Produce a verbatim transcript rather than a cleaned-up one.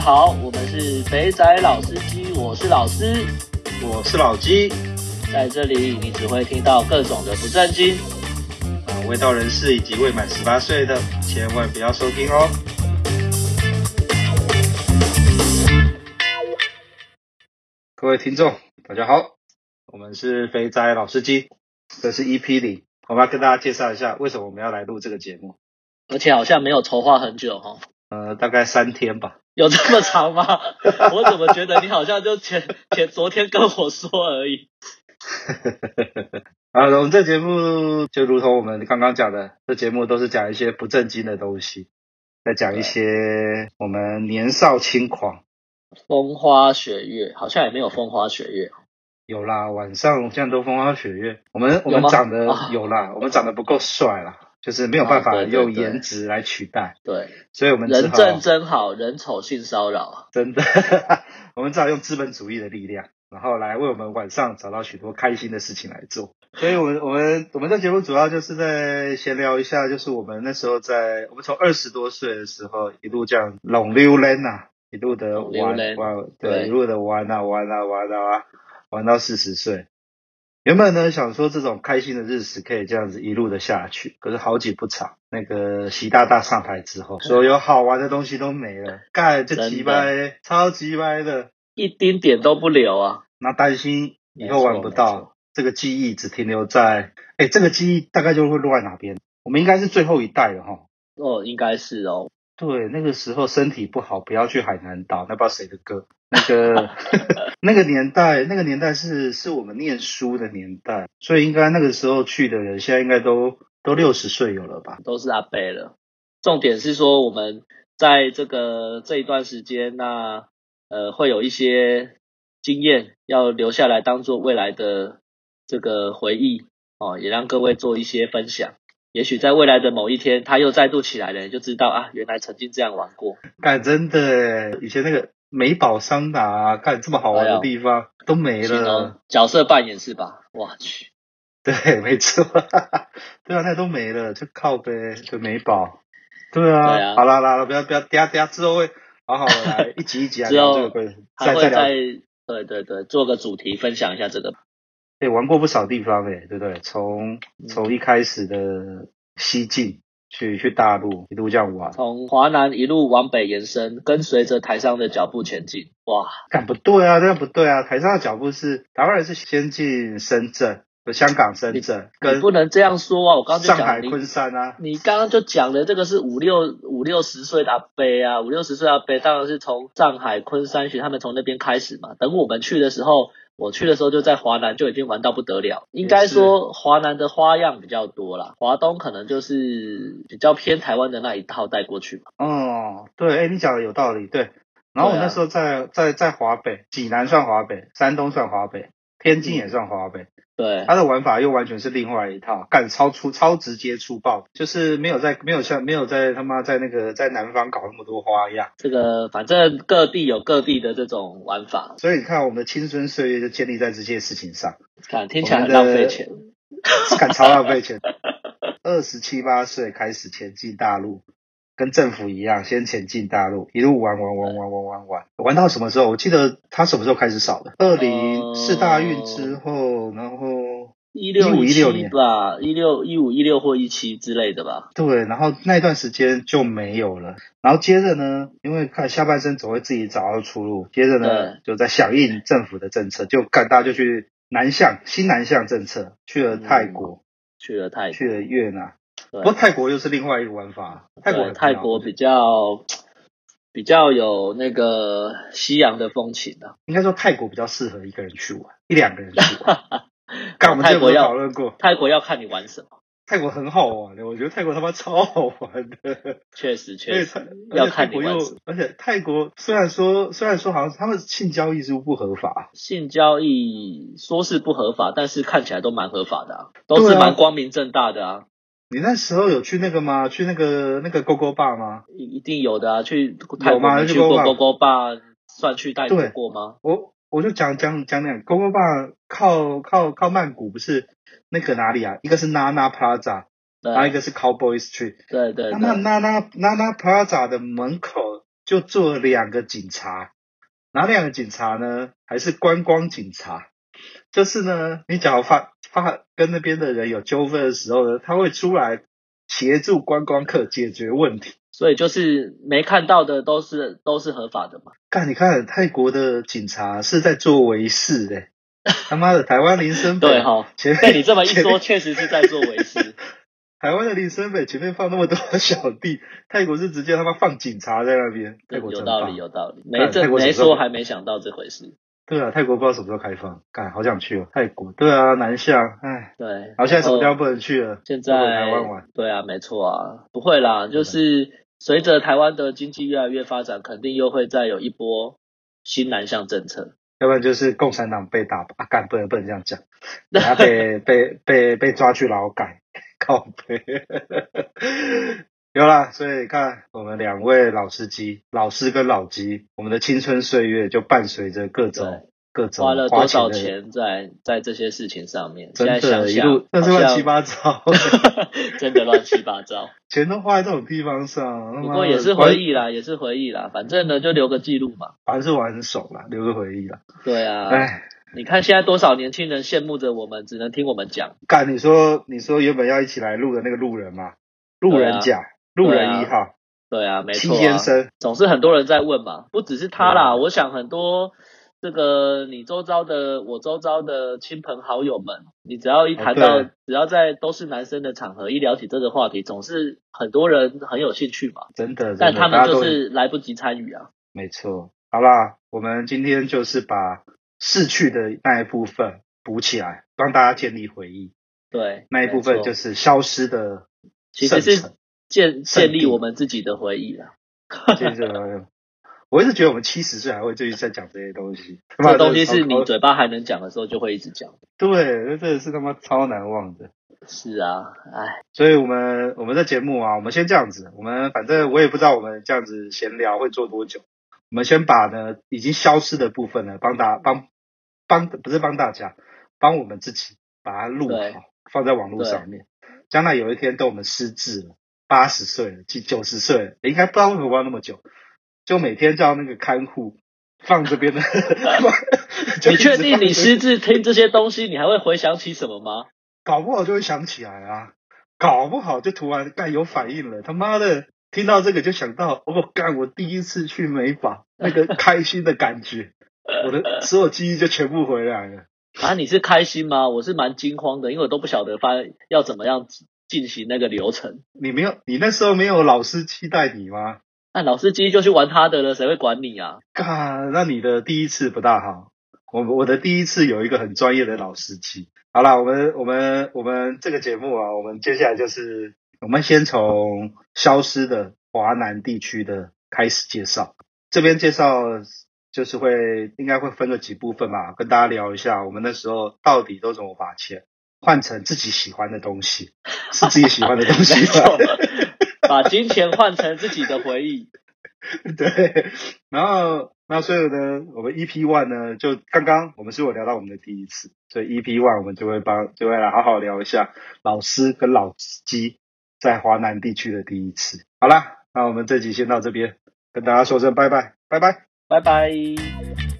好，我们是肥仔老司机，我是老师， 我是老鸡， 在这里你只会听到各种的不正经， 啊，未到人士以及未满十八岁的，千万不要收听哦。各位听众，大家好，我们是肥仔老司机，这是 E P 零，我们要跟大家介绍一下为什么我们要来录这个节目， 而且好像没有筹划很久哈、哦。 呃，大概三天吧。 有这么长吗？我怎么觉得你好像就前前昨天跟我说而已。 好，我们这节目就如同我们刚刚讲的，这节目都是讲一些不正经的东西，在讲一些我们年少轻狂。 风花雪月，好像也没有风花雪月。 有啦，晚上现在都风花雪月。我们我们长得 有,、啊、有啦，我们长得不够帅啦。就是没有办法用颜值来取代， 对, 对, 对, 对， 所以我们只好人正真好，人丑性骚扰， 真的，我们只好用资本主义的力量，然后来为我们晚上找到许多开心的事情来做。所以我们我们我们这节目主要就是在闲聊一下，就是我们那时候在我们从二十多岁的时候一路这样浪溜人啊，一路的玩玩，对，一路的玩啊玩啊玩啊玩到四十岁。原本呢想说这种开心的日子可以这样子一路的下去，可是好景不长，那个习大大上台之后，所有好玩的东西都没了，干这鸡掰，超级掰的， 一丁点都不留啊！ 那担心以后玩不到，这个记忆只停留在，哎，这个记忆大概就会落在哪边？我们应该是最后一代了齁。 哦，应该是哦。 对，那个时候身体不好，不要去海南岛，那不知道谁的歌。那个那个年代，那个年代是是我们念书的年代，所以应该那个时候去的人，现在应该都都六十岁有了吧？ 都是阿伯了。重点是说，我们在这个这一段时间，那呃会有一些经验要留下来，当做未来的这个回忆哦，也让各位做一些分享。也许在未来的某一天，他又再度起来了，你就知道啊，原来曾经这样玩过。 干，真的，以前那个美宝桑拿啊，干这么好玩的地方、哎、都没了。 角色扮演是吧？我去， 对，没错，对啊，那都没了，就靠呗，就美宝。对啊，对啊，好啦啦，不要不要，等下等下之后会好好的来一集一集来聊这个规， 再再聊。对对对，做个主题分享一下这个。 对，玩过不少地方诶，对不对？从从一开始的西进去去大陆，一路这样玩， 从华南一路往北延伸，跟随着台商的脚步前进。哇， 干不对啊，这样不对啊！台商的脚步是台湾人是先进深圳，香港、深圳，跟你不能这样说啊！我刚刚就讲上海、昆山啊， 你刚刚就讲的这个是五六五六十岁的阿伯啊，五六十岁的阿伯当然是从上海、昆山学，他们从那边开始嘛。等我们去的时候。我去的时候就在华南就已经玩到不得了，应该说华南的花样比较多啦，华东可能就是比较偏台湾的那一套带过去嘛。 哦，对，哎，你讲的有道理，对。然后我那时候在、啊、在在华北，济南算华北，山东算华北，天津也算华北。嗯、 对， 它的玩法又完全是另外一套，干超粗超直接粗暴，就是没有在没有像没有在他妈在那个在南方搞那么多花样。 这个反正各地有各地的这种玩法， 所以你看我们的青春岁月就建立在这些事情上。 看听起来很浪费钱， 看超浪费钱。二十七八岁开始前进大陆。跟政府一样，先前进大陆，一路玩玩玩玩玩玩玩，玩到什么时候？我记得他什么时候开始扫的？二零四大运之后，然后一六一六年吧，一六一五一六或一七之类的吧。 对，然后那段时间就没有了。然后接着呢，因为看下半身总会自己找到出路，接着呢就在响应政府的政策，就干大家就去南向新南向政策，去了泰国， 嗯、去了泰国， 去了越南。不过泰国又是另外一个玩法，泰国泰国比较比较有那个西洋的风情的、啊。 应该说泰国比较适合一个人去玩，一两个人去玩。刚我们泰国要讨论过， 泰国要看你玩什么。 泰国很好玩的，我觉得泰国他妈超好玩的。 确实确实，要看你玩什么。 而且泰国虽然说虽然说好像他们性交易是不合法， 性交易说是不合法，但是看起来都蛮合法的啊，都是蛮光明正大的啊。 你那时候有去那个吗？去那个那个勾勾爸吗？ 一定有的啊，去泰国没去过勾勾爸，算去泰国过吗？ 我我就讲讲讲讲勾勾爸靠靠靠曼谷不是那个哪里啊？一个是 Nana Plaza， 然后一个是 Cowboy Street。 对对对。 那 Nana Nana Plaza 的门口就做了两个警察，哪两个警察呢？还是观光警察。就是呢，你假如发发跟那边的人有纠纷的时候呢，他会出来协助观光客解决问题。 所以就是没看到的都是都是合法的嘛。 干，你看泰国的警察是在做维士的、欸，他妈的台湾林森北对哈，被你这么一说，确实是在做维士。 台湾的林森北前面放那么多小弟，泰国是直接他妈放警察在那边。泰国有道理，有道理，没这没说还没想到这回事。 对啊，泰国不知道什么时候开放，干好想去哦。泰国，对啊，南向，哎， 对。 然后现在什么地方不能去了？ 现在台湾玩。 对啊，没错啊，不会啦，就是随着台湾的经济越来越发展，肯定又会再有一波新南向政策。 要不然就是共产党被打啊，干不能不能这样讲，等下被被被被抓去劳改，靠背。有啦，所以看我们两位老司机，老师跟老鸡，我们的青春岁月就伴随着各种各种花了多少钱在在这些事情上面， 真的现在想想一路那是乱七八糟， 真的乱七八糟， 钱都花在这种地方上。 不过也是回忆啦，也是回忆啦，反正呢就留个记录嘛， 反正是玩很爽啦，留个回忆啦。 对啊，哎。你看现在多少年轻人羡慕着我们，只能听我们讲。 干，你说你说原本要一起来录的那个路人嘛，路人甲、啊、路人一号， 对啊，没错、啊。 戚先生， 总是很多人在问嘛，不只是他啦，我想很多这个你周遭的、我周遭的亲朋好友们，你只要一谈到，哦、只要在都是男生的场合，一聊起这个话题，总是很多人很有兴趣嘛。 真的，真的但他们就是来不及参与啊。 没错，好啦，我们今天就是把逝去的那一部分补起来，帮大家建立回忆。 对， 那一部分就是消失的， 其实是建建立我们自己的回忆啦。 建设，我一直觉得我们七十岁还会继续在讲这些东西。 这东西是你嘴巴还能讲的时候就会一直讲。 对，那真的是他妈超难忘的。 是啊，哎， 所以我们我们的节目啊，我们先这样子，我们反正我也不知道我们这样子闲聊会做多久。我们先把呢已经消失的部分呢，帮大帮帮不是帮大家，帮我们自己把它录好，放在网络上面。将来有一天等我们失智了，八十岁了，九十岁了，应该不知道为什么玩那么久，就每天叫那个看护放这边的。 你确定你失智听这些东西，你还会回想起什么吗？ 搞不好就会想起来啊，搞不好就突然干有反应了，他妈的！听到这个就想到，哦，干！我第一次去美发，那个开心的感觉，我的所有记忆就全部回来了。 啊，你是开心吗？我是蛮惊慌的，因为我都不晓得发要怎么样进行那个流程。 你没有，你那时候没有老司机带你吗？ 那老司机就去玩他的了，谁会管你啊？ 干，那你的第一次不大好。我我的第一次有一个很专业的老司机。好啦，我们我们我们这个节目啊，我们接下来就是。我们先从消失的华南地区的开始介绍，这边介绍就是会应该会分个几部分吧，跟大家聊一下我们那时候到底都怎么把钱换成自己喜欢的东西，是自己喜欢的东西吧？ 把金钱换成自己的回忆。 对，然后那所以呢，我们 E P 一 呢，就刚刚我们是有聊到我们的第一次，所以 E P 一 我们就会帮就会来好好聊一下老师跟老鸡在华南地区的第一次。好啦，那我们这集先到这边，跟大家说声拜拜，拜拜， 拜拜。